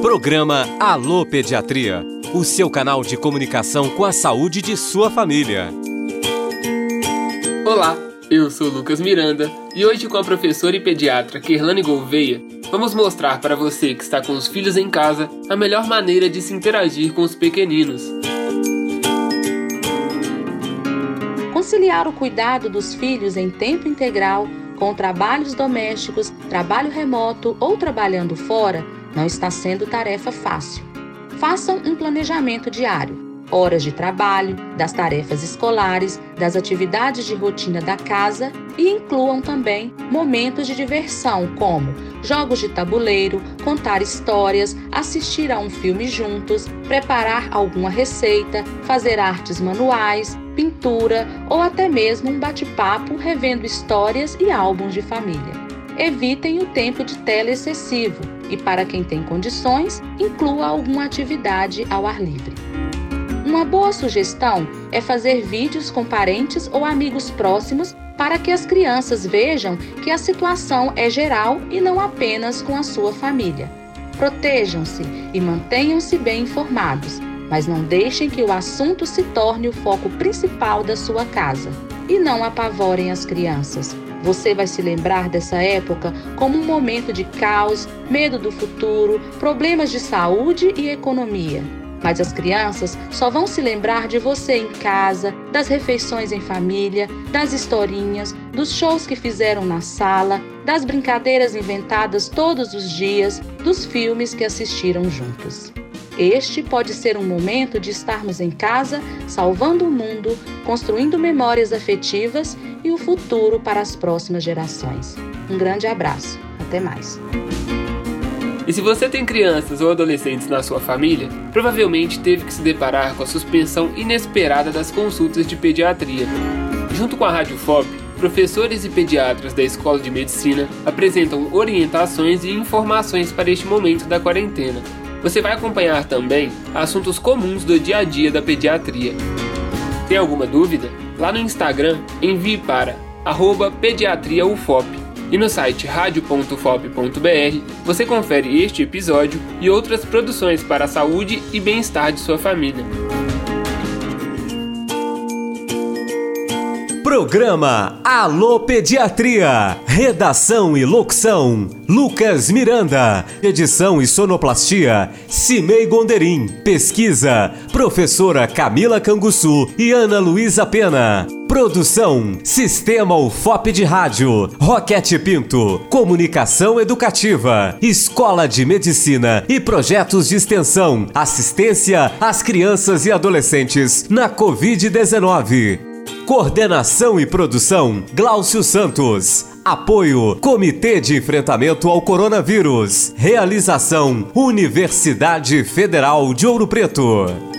Programa Alô Pediatria, o seu canal de comunicação com a saúde de sua família. Olá, eu sou Lucas Miranda e hoje com a professora e pediatra Kerlane Gouveia, vamos mostrar para você que está com os filhos em casa a melhor maneira de se interagir com os pequeninos. Conciliar o cuidado dos filhos em tempo integral com trabalhos domésticos, trabalho remoto ou trabalhando fora não está sendo tarefa fácil. Façam um planejamento diário. Horas de trabalho, das tarefas escolares, das atividades de rotina da casa e incluam também momentos de diversão como jogos de tabuleiro, contar histórias, assistir a um filme juntos, preparar alguma receita, fazer artes manuais, pintura ou até mesmo um bate-papo revendo histórias e álbuns de família. Evitem o tempo de tela excessivo e, para quem tem condições, inclua alguma atividade ao ar livre. Uma boa sugestão é fazer vídeos com parentes ou amigos próximos para que as crianças vejam que a situação é geral e não apenas com a sua família. Protejam-se e mantenham-se bem informados, mas não deixem que o assunto se torne o foco principal da sua casa. E não apavorem as crianças. Você vai se lembrar dessa época como um momento de caos, medo do futuro, problemas de saúde e economia. Mas as crianças só vão se lembrar de você em casa, das refeições em família, das historinhas, dos shows que fizeram na sala, das brincadeiras inventadas todos os dias, dos filmes que assistiram juntos. Este pode ser um momento de estarmos em casa, salvando o mundo, construindo memórias afetivas e o futuro para as próximas gerações. Um grande abraço. Até mais. E se você tem crianças ou adolescentes na sua família, provavelmente teve que se deparar com a suspensão inesperada das consultas de pediatria. Junto com a Rádio FOP, professores e pediatras da Escola de Medicina apresentam orientações e informações para este momento da quarentena. Você vai acompanhar também assuntos comuns do dia a dia da pediatria. Tem alguma dúvida? Lá no Instagram, envie para @pediatriaufop. E no site radio.fop.br você confere este episódio e outras produções para a saúde e bem-estar de sua família. Programa Alô Pediatria. Redação e locução: Lucas Miranda. Edição e sonoplastia: Cimei Gonderim. Pesquisa: Professora Camila Canguçu e Ana Luísa Pena. Produção: Sistema UFOP de Rádio, Roquete Pinto, Comunicação Educativa, Escola de Medicina e Projetos de Extensão, Assistência às Crianças e Adolescentes na Covid-19. Coordenação e produção: Glaucio Santos. Apoio: Comitê de Enfrentamento ao Coronavírus. Realização: Universidade Federal de Ouro Preto.